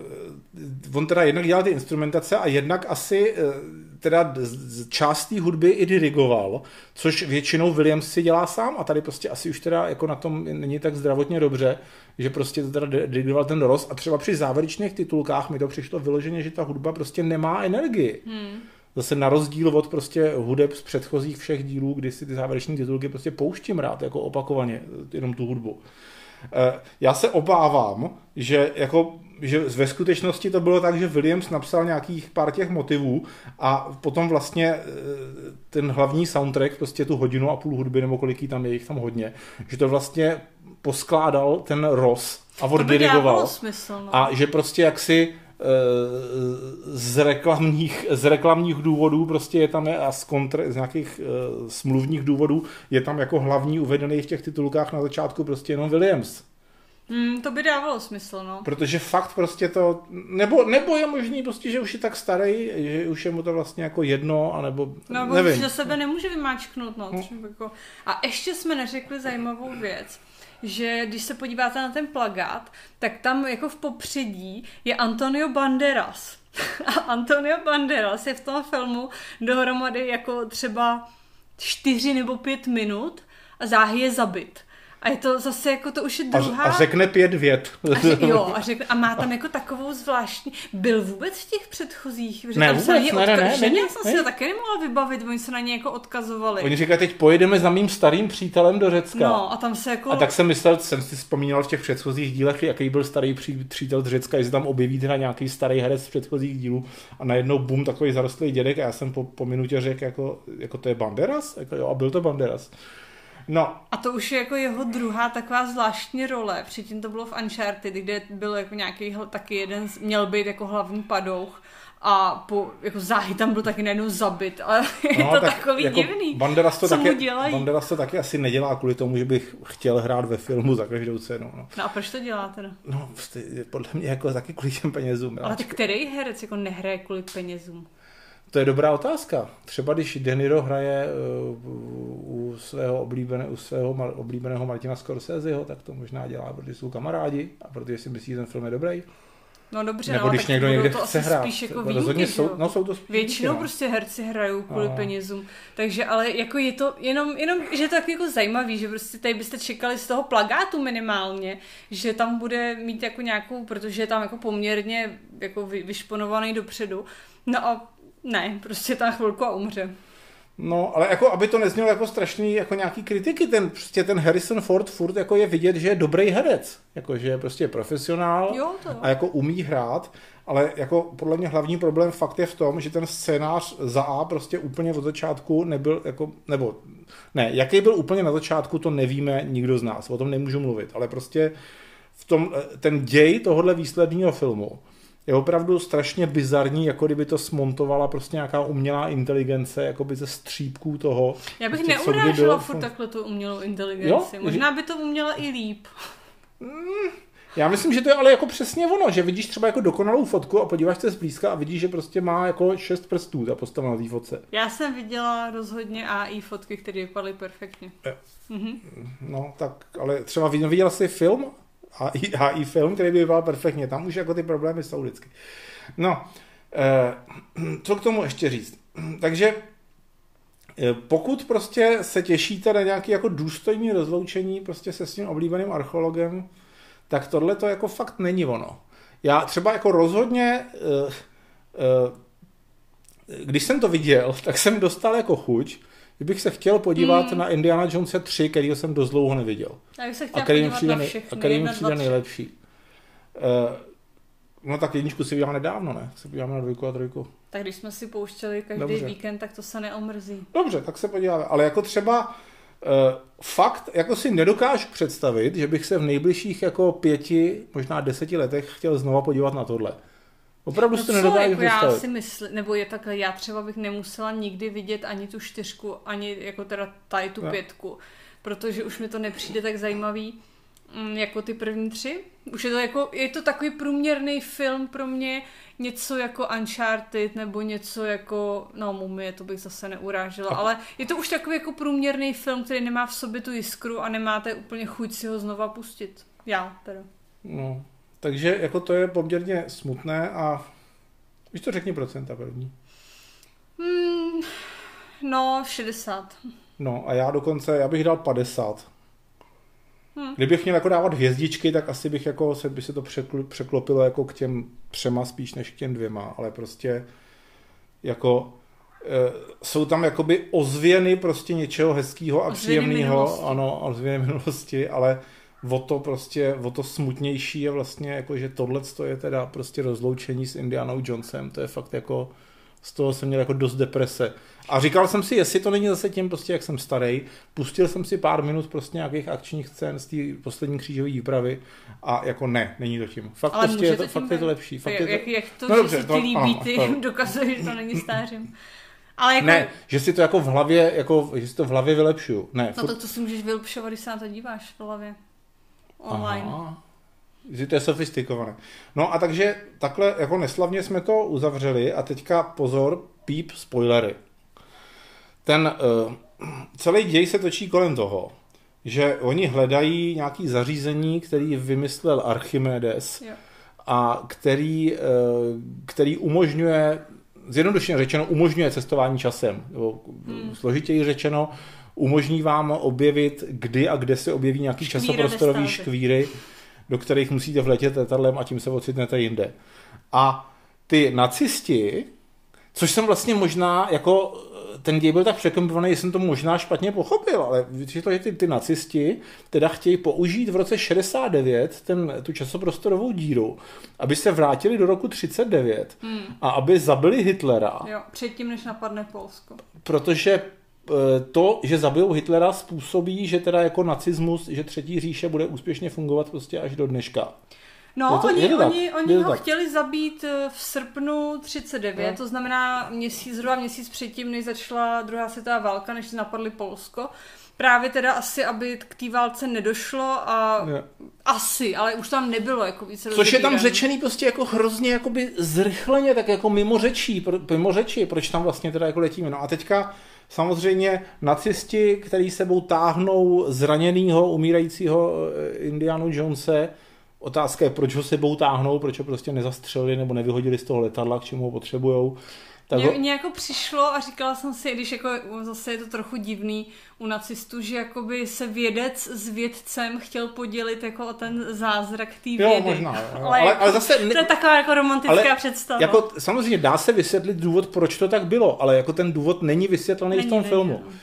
[SPEAKER 1] uh, on teda jednak dělal ty instrumentace a jednak asi uh, teda část té hudby i dirigoval, což většinou Williams si dělá sám a tady prostě asi už teda jako na tom není tak zdravotně dobře, že prostě to teda dirigoval ten Ross a třeba při závěrečných titulkách mi to přišlo vyloženě, že ta hudba prostě nemá energii. Hmm. Zase na rozdíl od prostě hudeb z předchozích všech dílů, kdy si ty závěreční titulky prostě pouštím rád, jako opakovaně, jenom tu hudbu. Já se obávám, že, jako, že ve skutečnosti to bylo tak, že Williams napsal nějakých pár těch motivů a potom vlastně ten hlavní soundtrack, prostě tu hodinu a půl hudby, nebo kolik tam je, jich tam hodně, že to vlastně poskládal ten Ross a oddirigoval.
[SPEAKER 2] Smysl, no.
[SPEAKER 1] A že prostě jaksi z reklamních, z reklamních důvodů prostě je tam a z, kontr, z nějakých uh, smluvních důvodů je tam jako hlavní uvedený v těch titulkách na začátku prostě jenom Williams.
[SPEAKER 2] Mm, to by dávalo smysl, no.
[SPEAKER 1] Protože fakt prostě to, nebo, nebo je možný prostě, že už je tak starý, že už je mu to vlastně jako jedno, anebo
[SPEAKER 2] no,
[SPEAKER 1] nevím.
[SPEAKER 2] No, už za sebe nemůže vymáčknout, no. Hmm. Jako... A ještě jsme neřekli zajímavou věc, že když se podíváte na ten plakát, tak tam jako v popředí je Antonio Banderas. A Antonio Banderas je v tom filmu dohromady jako třeba čtyři nebo pět minut a záhy je zabit. A je to zase jako, to už je druhá...
[SPEAKER 1] A řekne pět vět.
[SPEAKER 2] A, řek, jo, a, řekne, a má tam jako takovou zvláštní... Byl vůbec v těch předchozích?
[SPEAKER 1] Ne,
[SPEAKER 2] tam
[SPEAKER 1] vůbec,
[SPEAKER 2] se
[SPEAKER 1] ne, ne, ne,
[SPEAKER 2] Že
[SPEAKER 1] není,
[SPEAKER 2] já jsem si to taky nemohla vybavit, oni se na ně jako odkazovali.
[SPEAKER 1] Oni říkají, teď pojedeme za mým starým přítelem do Řecka.
[SPEAKER 2] No, a tam se jako...
[SPEAKER 1] A tak jsem myslel, jsem si vzpomínal v těch předchozích dílech, jaký byl starý pří, přítel z Řecka, jestli tam objevíte na nějaký starý herec z předchozích dílů a najednou bum, takový zarostlý dědek a já jsem po, po minutě řekl, jako, jako to je Banderas? Jako, jo, a byl to Banderas. No.
[SPEAKER 2] A to už je jako jeho druhá taková zvláštní role. Předtím to bylo v Uncharted, kde byl jako nějaký taky jeden, měl být jako hlavní padouch a po, jako záhy tam byl taky najednou zabit. Ale je
[SPEAKER 1] no,
[SPEAKER 2] to
[SPEAKER 1] tak
[SPEAKER 2] takový
[SPEAKER 1] jako
[SPEAKER 2] divný.
[SPEAKER 1] Banderas to,
[SPEAKER 2] co
[SPEAKER 1] taky,
[SPEAKER 2] mu dělají.
[SPEAKER 1] Banderas to taky asi nedělá kvůli tomu, že bych chtěl hrát ve filmu za každou cenu. No,
[SPEAKER 2] no a proč to dělá teda?
[SPEAKER 1] No, podle mě jako taky kvůli těm penězům.
[SPEAKER 2] Ale tak který herec jako nehraje kvůli penězům?
[SPEAKER 1] To je dobrá otázka. Třeba když De Niro hraje uh, u svého, oblíbené, u svého mar, oblíbeného Martina Scorseseho, tak to možná dělá, protože jsou kamarádi a protože si myslí, že ten film je dobrý.
[SPEAKER 2] No dobře,
[SPEAKER 1] nebo
[SPEAKER 2] no,
[SPEAKER 1] když
[SPEAKER 2] tak
[SPEAKER 1] někdo někde
[SPEAKER 2] to
[SPEAKER 1] chce
[SPEAKER 2] asi
[SPEAKER 1] hrát.
[SPEAKER 2] Spíš jako
[SPEAKER 1] Rozhodně
[SPEAKER 2] výjimky,
[SPEAKER 1] jsou, no, jsou to spíš
[SPEAKER 2] většinou
[SPEAKER 1] výjimky, no.
[SPEAKER 2] prostě herci hrajou kvůli
[SPEAKER 1] no.
[SPEAKER 2] penězům. Takže ale jako je to jenom, jenom, že je to tak jako zajímavý, že prostě tady byste čekali z toho plakátu minimálně, že tam bude mít jako nějakou, protože je tam jako poměrně jako vy, vyšponovaný dopředu. No a ne, prostě tam chvilku a umře.
[SPEAKER 1] No, ale jako, aby to neznělo jako strašný, jako nějaký kritiky, ten, prostě ten Harrison Ford furt jako je vidět, že je dobrý herec, jako, že je prostě profesionál
[SPEAKER 2] jo, to.
[SPEAKER 1] A jako umí hrát, ale jako podle mě hlavní problém fakt je v tom, že ten scénář za A prostě úplně od začátku nebyl, jako, nebo ne, jaký byl úplně na začátku, to nevíme nikdo z nás, o tom nemůžu mluvit, ale prostě v tom, ten děj tohohle výsledného filmu je opravdu strašně bizarní, jako kdyby to smontovala prostě nějaká umělá inteligence, jako by ze střípků toho.
[SPEAKER 2] Já bych
[SPEAKER 1] prostě,
[SPEAKER 2] neurážela furt takhle tu umělou inteligenci. Jo? Možná by to uměla i líp.
[SPEAKER 1] Mm, já myslím, že to je ale jako přesně ono, že vidíš třeba jako dokonalou fotku a podíváš se zblízka a vidíš, že prostě má jako šest prstů ta postava na té fotce.
[SPEAKER 2] Já jsem viděla rozhodně A I fotky, které vypadaly perfektně.
[SPEAKER 1] Mhm. No tak, ale třeba viděla jsi film? A i, a i film, který by vypadal perfektně. Tam už jako ty problémy jsou vždycky. No, eh, co k tomu ještě říct? Takže eh, pokud prostě se těšíte na nějaké jako důstojné rozloučení prostě se svým oblíbeným archeologem, tak tohle to jako fakt není ono. Já třeba jako rozhodně, eh, eh, když jsem to viděl, tak jsem dostal jako chuť, kdybych se chtěl podívat mm. na Indiana Jonesa tři, kterýho jsem dost dlouho neviděl.
[SPEAKER 2] A který mi přijde, nej,
[SPEAKER 1] a který mi přijde nejlepší. Uh, no tak jedničku si vydáme nedávno, ne? Se podíváme na dvojku a trojku.
[SPEAKER 2] Tak když jsme si pouštěli každý Dobře. víkend, tak to se neomrzí.
[SPEAKER 1] Dobře, tak se podíváme. Ale jako třeba uh, fakt, jako si nedokážu představit, že bych se v nejbližších jako pěti, možná deseti letech chtěl znova podívat na tohle. Opravdu
[SPEAKER 2] no
[SPEAKER 1] si to nedokážu
[SPEAKER 2] jako
[SPEAKER 1] představit.
[SPEAKER 2] Já si myslím, nebo je takhle, já třeba bych nemusela nikdy vidět ani tu čtyřku, ani jako teda tady tu no. pětku, protože už mi to nepřijde tak zajímavý jako ty první tři. Už je to jako, je to takový průměrný film pro mě, něco jako Uncharted, nebo něco jako, no Mumie, to bych zase neurážela, ale je to už takový jako průměrný film, který nemá v sobě tu jiskru a nemáte úplně chuť si ho znova pustit. Já teda.
[SPEAKER 1] No. Takže jako to je poměrně smutné a víš to, řekni procenta první.
[SPEAKER 2] Hmm, no, šedesát.
[SPEAKER 1] No a já dokonce, já bych dal padesát.
[SPEAKER 2] Hmm.
[SPEAKER 1] Kdybych měl jako dávat hvězdičky, tak asi bych jako se, by se to překlopilo jako k těm třema spíš než k těm dvěma, ale prostě jako e, jsou tam jakoby ozvěny prostě něčeho hezkého a příjemného. Ano, ozvěny minulosti, ale o to prostě, o to smutnější je vlastně jako, že tohleto je teda prostě rozloučení s Indianou Jonesem, to je fakt jako, z toho jsem měl jako dost deprese. A říkal jsem si, jestli to není zase tím prostě, jak jsem starý, pustil jsem si pár minut prostě nějakých akčních scén z té poslední křížové výpravy a jako ne, není to tím. Fakt
[SPEAKER 2] ale
[SPEAKER 1] prostě je to, fakt je to lepší. Fakt
[SPEAKER 2] jak,
[SPEAKER 1] je to...
[SPEAKER 2] Jak, jak to,
[SPEAKER 1] no
[SPEAKER 2] že
[SPEAKER 1] dobře,
[SPEAKER 2] si
[SPEAKER 1] to,
[SPEAKER 2] ty líbí,
[SPEAKER 1] ano,
[SPEAKER 2] ty
[SPEAKER 1] to...
[SPEAKER 2] dokazuje, že to není stářím. Ale jako...
[SPEAKER 1] Ne, že si to jako v hlavě, jako, že si to v hlavě vylepšuju. Ne,
[SPEAKER 2] no furt... to, to si můžeš vylepšovat, když se na to díváš v hlavě. Online.
[SPEAKER 1] Aha. Že to je sofistikované. No a takže takhle jako neslavně jsme to uzavřeli a teďka pozor, píp, spoilery. Ten uh, celý děj se točí kolem toho, že oni hledají nějaký zařízení, který vymyslel Archimedes
[SPEAKER 2] Jo.
[SPEAKER 1] a který, uh, který umožňuje, zjednodušeně řečeno, umožňuje cestování časem. Hmm. Složitěji řečeno, umožní vám objevit, kdy a kde se objeví nějaký
[SPEAKER 2] Škvíry
[SPEAKER 1] časoprostorový
[SPEAKER 2] destáty.
[SPEAKER 1] škvíry, do kterých musíte vletět letadlem a tím se ocitnete jinde. A ty nacisti, což jsem vlastně možná, jako ten děj byl tak překomplikovaný, že jsem to možná špatně pochopil, ale vyčetlo, že ty, ty nacisti teda chtějí použít v roce šedesát devět ten, tu časoprostorovou díru, aby se vrátili do roku třicet devět hmm. a aby zabili Hitlera.
[SPEAKER 2] Jo, předtím, než napadne Polsko.
[SPEAKER 1] Protože to, že zabijou Hitlera, způsobí, že teda jako nacismus, že třetí říše bude úspěšně fungovat prostě až do dneška.
[SPEAKER 2] No,
[SPEAKER 1] to,
[SPEAKER 2] oni, oni, oni ho
[SPEAKER 1] tak.
[SPEAKER 2] chtěli zabít v srpnu třicet devět,
[SPEAKER 1] no.
[SPEAKER 2] To znamená měsíc, zhruba měsíc předtím, než začala druhá světová válka, než napadli Polsko. Právě teda asi, aby k té válce nedošlo a
[SPEAKER 1] ne.
[SPEAKER 2] asi, ale už tam nebylo jako více.
[SPEAKER 1] Což je tam řečený prostě jako hrozně jakoby zrychleně, tak jako mimo řečí, mimo řeči, proč tam vlastně teda jako letíme. No a teďka samozřejmě nacisti, který sebou táhnou zraněnýho, umírajícího Indianu Jonese. Otázka je, proč ho sebou táhnou, proč ho prostě nezastřelili nebo nevyhodili z toho letadla, k čemu ho potřebujou.
[SPEAKER 2] Mně ho... jako přišlo a říkala jsem si, když jako zase je to trochu divný u nacistů, že jakoby se vědec s vědcem chtěl podělit jako o ten zázrak té vědy.
[SPEAKER 1] Jo, možná. Jo.
[SPEAKER 2] Ale, ale, jako, ale zase... To je taková jako romantická ale představa.
[SPEAKER 1] Jako, samozřejmě dá se vysvětlit důvod, proč to tak bylo, ale jako ten důvod není vysvětlený není, v tom není, filmu. No.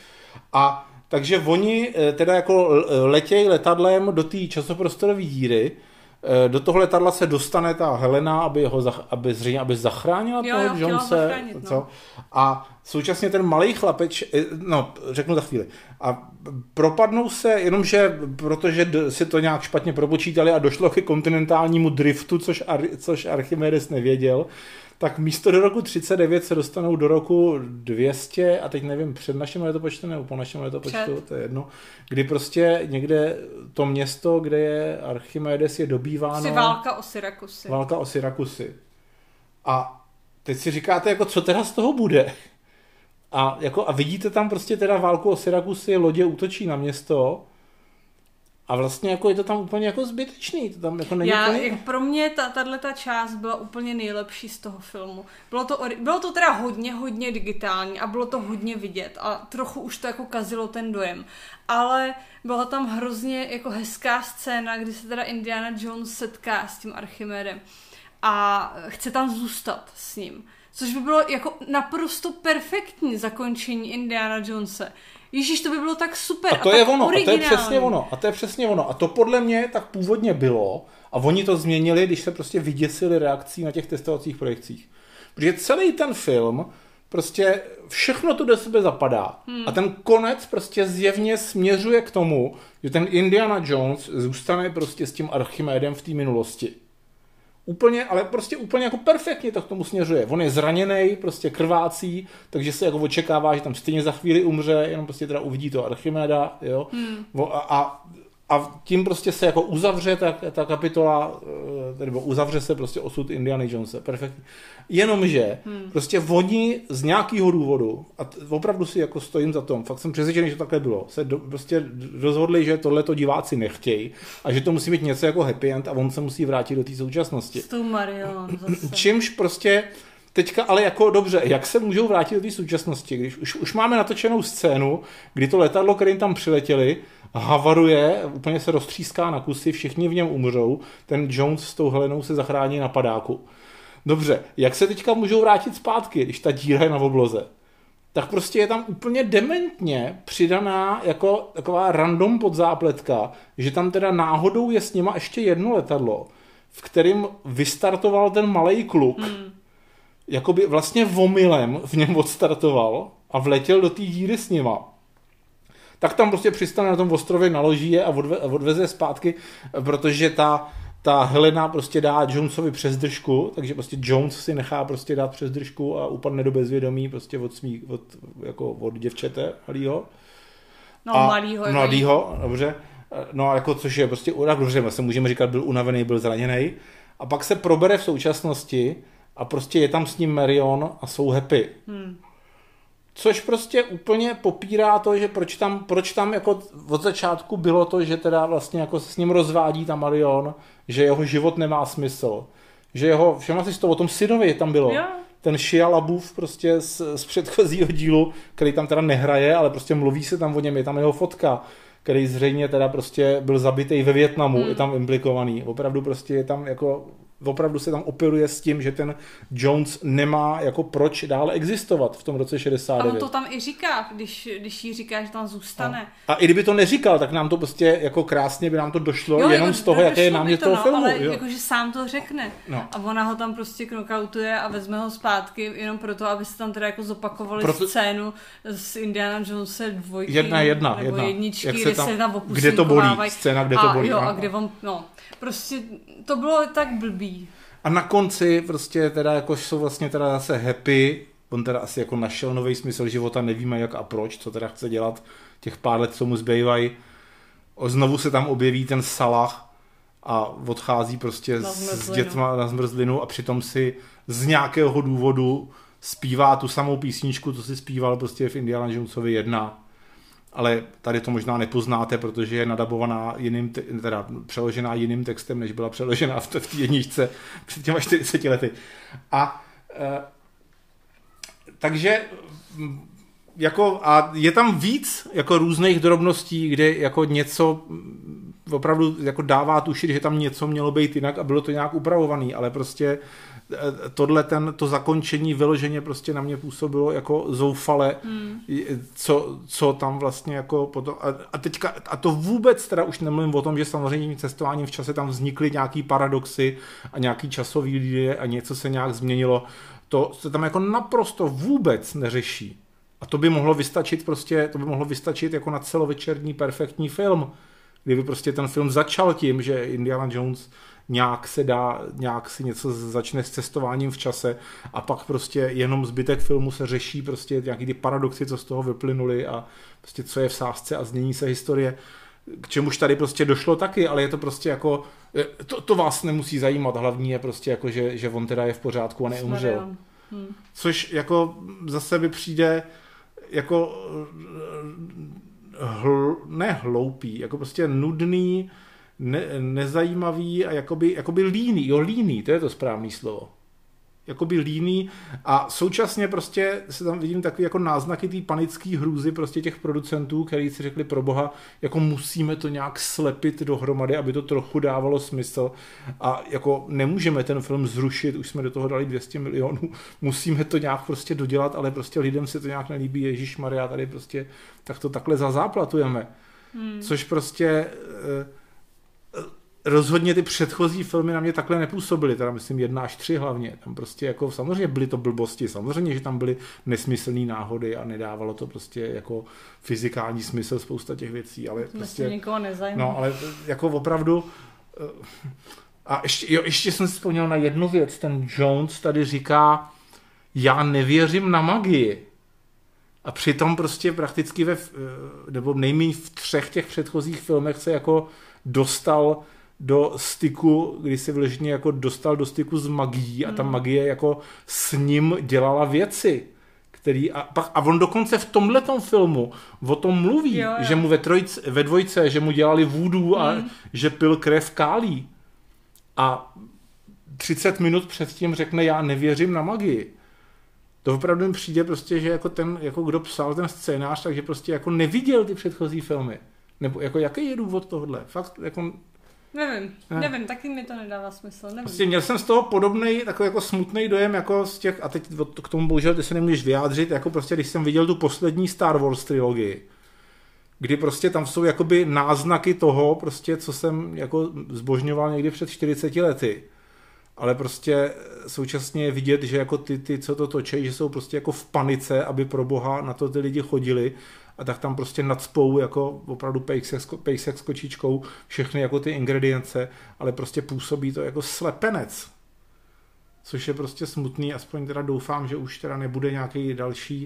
[SPEAKER 1] A takže oni teda jako letějí letadlem do té časoprostorové díry. Do toho letadla se dostane ta Helena, aby ho aby zřejmě aby zachránila
[SPEAKER 2] jo,
[SPEAKER 1] toho
[SPEAKER 2] jo,
[SPEAKER 1] Jonese.
[SPEAKER 2] Zachránit, no.
[SPEAKER 1] A současně ten malej chlapeč, no řeknu za chvíli, a propadnou se, jenomže protože si to nějak špatně propočítali a došlo ke kontinentálnímu driftu, což, Ar, což Archimedes nevěděl, tak místo do roku třicet devět se dostanou do roku dvě stě a teď nevím, před naším letopočtem nebo po našem letopočtu, to je jedno, kdy prostě někde to město, kde je Archimedes, je dobýváno...
[SPEAKER 2] Si válka o Syrakusy.
[SPEAKER 1] Válka o Syrakusy. A teď si říkáte, jako co teda z toho bude? A, jako, a vidíte tam prostě teda válku o Syrakusy, lodě útočí na město. A vlastně jako je to tam úplně jako zbytečný. To tam jako není
[SPEAKER 2] Já,
[SPEAKER 1] úplně...
[SPEAKER 2] jak pro mě ta, tato část byla úplně nejlepší z toho filmu. Bylo to, bylo to teda hodně, hodně digitální a bylo to hodně vidět a trochu už to jako kazilo ten dojem. Ale byla tam hrozně jako hezká scéna, kdy se teda Indiana Jones setká s tím Archimedem a chce tam zůstat s ním. Což by bylo jako naprosto perfektní zakončení Indiana Jonese. Ježíš, to by bylo tak super.
[SPEAKER 1] A to
[SPEAKER 2] a
[SPEAKER 1] je
[SPEAKER 2] tak
[SPEAKER 1] ono,
[SPEAKER 2] originální.
[SPEAKER 1] a to je přesně ono. A to je přesně ono. A to podle mě tak původně bylo a oni to změnili, když se prostě vyděsili reakcí na těch testovacích projekcích. Protože celý ten film prostě všechno tu do sebe zapadá. Hmm. A ten konec prostě zjevně směřuje k tomu, že ten Indiana Jones zůstane prostě s tím Archimedem v té minulosti. Úplně, ale prostě úplně jako perfektně to k tomu směřuje. On je zraněný, prostě krvácí, takže se jako očekává, že tam stejně za chvíli umře, jenom prostě teda uvidí to Archimeda, jo. Hmm. A, a, a tím prostě se jako uzavře ta, ta kapitola, nebo uzavře se prostě osud Indiana Jonese. Perfektně. Jenomže hmm. prostě oni z nějakého důvodu, a t- opravdu si jako stojím za tom, fakt jsem přesvědčený, že to takhle bylo, se do, prostě rozhodli, že tohleto diváci nechtějí a že to musí být něco jako happy end a on se musí vrátit do té současnosti.
[SPEAKER 2] S tou Marion zase.
[SPEAKER 1] Čímž prostě teďka, ale jako dobře, jak se můžou vrátit do té současnosti, když už, už máme natočenou scénu, kdy to letadlo, kterým tam přiletěli, havaruje, úplně se roztříská na kusy, všichni v něm umřou, ten Jones s tou Helenou se zachrání na padáku. Dobře, jak se teďka můžou vrátit zpátky, když ta díra je na obloze? Tak prostě je tam úplně dementně přidaná jako taková random podzápletka, že tam teda náhodou je s nima ještě jedno letadlo, v kterém vystartoval ten malej kluk, hmm. jakoby vlastně omylem v něm odstartoval a vletěl do té díry s nima. Tak tam prostě přistane na tom ostrově, naloží je a, odve, a odveze zpátky, protože ta, ta Helena prostě dá Jonesovi přes držku, takže prostě Jones si nechá prostě dát přes držku a upadne do bezvědomí prostě od, smí, od, jako od děvčete malýho.
[SPEAKER 2] No
[SPEAKER 1] a,
[SPEAKER 2] malýho.
[SPEAKER 1] Mladýho, dobře. no jako což je prostě tak dobře, se můžeme říkat, byl unavený, byl zraněný. A pak se probere v současnosti a prostě je tam s ním Marion a jsou happy. Hmm. Což prostě úplně popírá to, že proč tam, proč tam jako od začátku bylo to, že teda vlastně jako se s ním rozvádí ta Marion, že jeho život nemá smysl. Že jeho, všemla si to o tom synovi tam bylo. Jo. Ten Shia LaBeouf prostě z, z předchozího dílu, který tam teda nehraje, ale prostě mluví se tam o něm, je tam jeho fotka, který zřejmě teda prostě byl zabitý ve Vietnamu, hmm. je tam implikovaný. Opravdu prostě je tam jako, opravdu se tam operuje s tím, že ten Jones nemá jako proč dále existovat v tom roce šedesát devět.
[SPEAKER 2] A on to tam i říká, když, když jí říká, že tam zůstane.
[SPEAKER 1] A, a i kdyby to neříkal, tak nám to prostě jako krásně by nám to došlo, jo, jenom jako, z toho, jaké je námět toho
[SPEAKER 2] no,
[SPEAKER 1] filmu.
[SPEAKER 2] Ale
[SPEAKER 1] jo.
[SPEAKER 2] jakože sám to řekne. No. A ona ho tam prostě knockoutuje a vezme ho zpátky, jenom proto, aby se tam teda jako zopakovali proto... scénu z Indiana Jonese dvojky.
[SPEAKER 1] Jedna, jedna,
[SPEAKER 2] nebo
[SPEAKER 1] jedna.
[SPEAKER 2] jedničky, kde se tam, se tam opustí.
[SPEAKER 1] Kde to bolí, scéna, kde
[SPEAKER 2] a,
[SPEAKER 1] to bolí.
[SPEAKER 2] Jo,
[SPEAKER 1] no.
[SPEAKER 2] a kde on, no, prostě to bylo tak blbý.
[SPEAKER 1] A na konci prostě teda jako jsou vlastně teda zase happy, on teda asi jako našel nový smysl života, nevíme jak a proč, co teda chce dělat těch pár let, co mu zbývají. Znovu se tam objeví ten Salah a odchází prostě s dětma na zmrzlinu a přitom si z nějakého důvodu zpívá tu samou písničku, co si zpíval prostě v Indiana Jonesovi jedna. Ale tady to možná nepoznáte, protože je nadabovaná jiným, te- teda přeložená jiným textem, než byla přeložená v té jedničce před těma čtyřiceti lety. A e, takže jako, a je tam víc jako různých drobností, kde jako něco opravdu jako dává tušit, že tam něco mělo být jinak a bylo to nějak upravovaný, ale prostě tohle ten, to zakončení vyloženě prostě na mě působilo jako zoufale, hmm. co, co tam vlastně jako potom, a, a teďka, a to vůbec teda už nemluvím o tom, že samozřejmě cestováním v čase tam vznikly nějaký paradoxy a nějaký časový línie a něco se nějak změnilo, to se tam jako naprosto vůbec neřeší. A to by mohlo vystačit prostě, to by mohlo vystačit jako na celovečerní perfektní film, kdyby prostě ten film začal tím, že Indiana Jones nějak se dá, nějak si něco začne s cestováním v čase a pak prostě jenom zbytek filmu se řeší prostě nějaký ty paradoxy, co z toho vyplynuly a prostě co je v sázce a změní se historie, k čemuž tady prostě došlo taky, ale je to prostě jako, to, to vás nemusí zajímat, hlavní je prostě jako, že, že on teda je v pořádku a neumřel. Hmm. Což jako zase by přijde jako hl, ne hloupý, jako prostě nudný, ne, nezajímavý a jakoby, jakoby líný, jo líný, to je to správné slovo. Jakoby líný a současně prostě se tam vidím takový jako náznaky té panické hrůzy prostě těch producentů, kteří si řekli pro boha, jako musíme to nějak slepit dohromady, aby to trochu dávalo smysl a jako nemůžeme ten film zrušit, už jsme do toho dali dvě stě milionů, musíme to nějak prostě dodělat, ale prostě lidem se to nějak nelíbí, ježišmarja, tady prostě tak to takhle zazáplatujeme. Hmm. Což prostě rozhodně ty předchozí filmy na mě takhle nepůsobily, teda myslím jedna až tři hlavně, tam prostě jako samozřejmě byly to blbosti, samozřejmě, že tam byly nesmyslné náhody a nedávalo to prostě jako fyzikální smysl spousta těch věcí, ale
[SPEAKER 2] to
[SPEAKER 1] prostě...
[SPEAKER 2] nikoho nezajímá.
[SPEAKER 1] No, ale jako opravdu... A ještě, jo, ještě jsem si vzpomněl na jednu věc, ten Jones tady říká, já nevěřím na magii. A přitom prostě prakticky ve, nebo nejméně v třech těch předchozích filmech se jako dostal do styku, kdy se vyloženě jako dostal do styku s magií a ta magie jako s ním dělala věci, který a, pak, a on dokonce v tomhletom filmu o tom mluví, jo, jo. že mu ve, trojce, ve dvojce, že mu dělali vůdů a mm. že pil krev kálí a třicet minut předtím řekne, já nevěřím na magii. To opravdu mi přijde prostě, že jako ten, jako kdo psal ten scénář, takže prostě jako neviděl ty předchozí filmy. Nebo jako jaký je důvod tohle? Fakt jako...
[SPEAKER 2] Nevím, ne. nevím, taky mi to nedává smysl, nevím.
[SPEAKER 1] Prostě měl jsem z toho podobnej, takový jako smutný dojem, jako z těch, a teď k tomu bohužel ty se nemůžeš vyjádřit, jako prostě když jsem viděl tu poslední Star Wars trilogii, kdy prostě tam jsou jakoby náznaky toho, prostě co jsem jako zbožňoval někdy před čtyřiceti lety. Ale prostě současně je vidět, že jako ty, ty, co to točí, že jsou prostě jako v panice, aby pro boha na to ty lidi chodili a tak tam prostě nacpou jako opravdu pejsek, pejsek s kočičkou všechny jako ty ingredience, ale prostě působí to jako slepenec. Což je prostě smutný, aspoň teda doufám, že už teda nebude nějaký další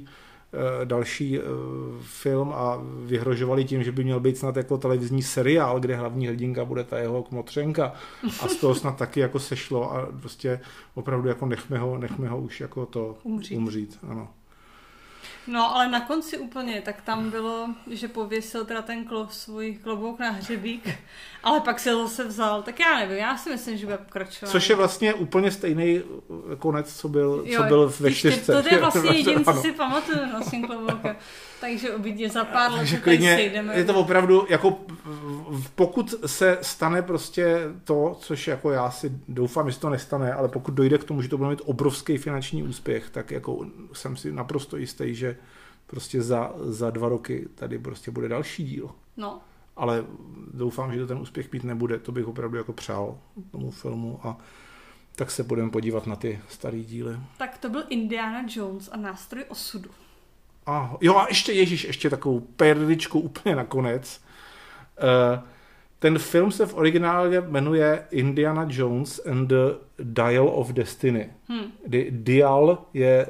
[SPEAKER 1] další film a vyhrožovali tím, že by měl být snad jako televizní seriál, kde hlavní hrdinka bude ta jeho kmotřenka a z toho snad taky jako sešlo a prostě opravdu jako nechme ho, nechme ho už jako to umřít. umřít ano.
[SPEAKER 2] No, ale na konci úplně, tak tam bylo, že pověsil teda ten klo, svůj klobouk na hřebík, ale pak se zase vzal, tak já nevím, já si myslím, že bude pokračovat.
[SPEAKER 1] Což je vlastně úplně stejný konec, co byl,
[SPEAKER 2] jo,
[SPEAKER 1] co byl ve čtyřce.
[SPEAKER 2] To je vlastně jediný, co si pamatuju na svým kloboukem. Takže obydě za pár let
[SPEAKER 1] se tady sejdeme. Je to opravdu, jako pokud se stane prostě to, což jako já si doufám, že to nestane, ale pokud dojde k tomu, že to bude mít obrovský finanční úspěch, tak jako jsem si naprosto jistý, že prostě za, za dva roky tady prostě bude další díl.
[SPEAKER 2] No.
[SPEAKER 1] Ale doufám, že to ten úspěch mít nebude. To bych opravdu jako přál tomu filmu a tak se budeme podívat na ty starý díly.
[SPEAKER 2] Tak to byl Indiana Jones a nástroj osudu.
[SPEAKER 1] A, jo a ještě, ježiš, ještě takovou perličku úplně nakonec. Uh, ten film se v originále jmenuje Indiana Jones and the Dial of Destiny. Hmm. Di- Dial je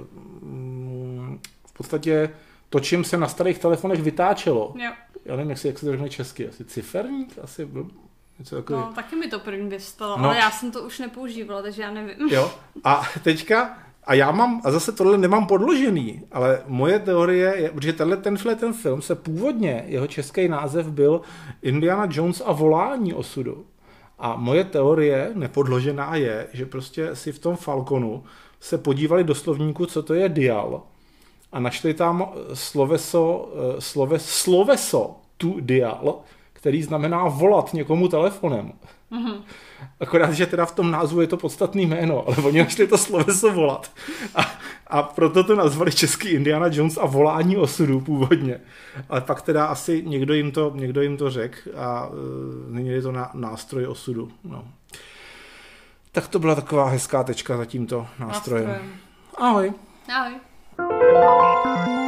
[SPEAKER 1] uh, v podstatě to, čím se na starých telefonech vytáčelo.
[SPEAKER 2] Jo.
[SPEAKER 1] Já nevím, jak se, jak se to řekne česky. Asi ciferník? Asi něco takový.
[SPEAKER 2] No, taky mi to první vystalo, no. Ale já jsem to už nepoužívala, takže já nevím.
[SPEAKER 1] Jo, a teďka A já mám, a zase tohle nemám podložený, ale moje teorie je, protože tenhle tenhle ten film se původně, jeho český název byl Indiana Jones a volání osudu. A moje teorie nepodložená je, že prostě si v tom Falconu se podívali do slovníku, co to je dial a našli tam sloveso, sloves, sloveso tu dial, který znamená volat někomu telefonem. Mm-hmm. Akorát, že teda v tom názvu je to podstatný jméno, ale oni našli to sloveso volat. A, a proto to nazvali český Indiana Jones a volání osudu původně. Ale pak teda asi někdo jim to, někdo jim to řekl a uh, nyní je to na, nástroj osudu. No. Tak to byla taková hezká tečka za tímto nástrojem. Nástrojem. Ahoj.
[SPEAKER 2] Ahoj.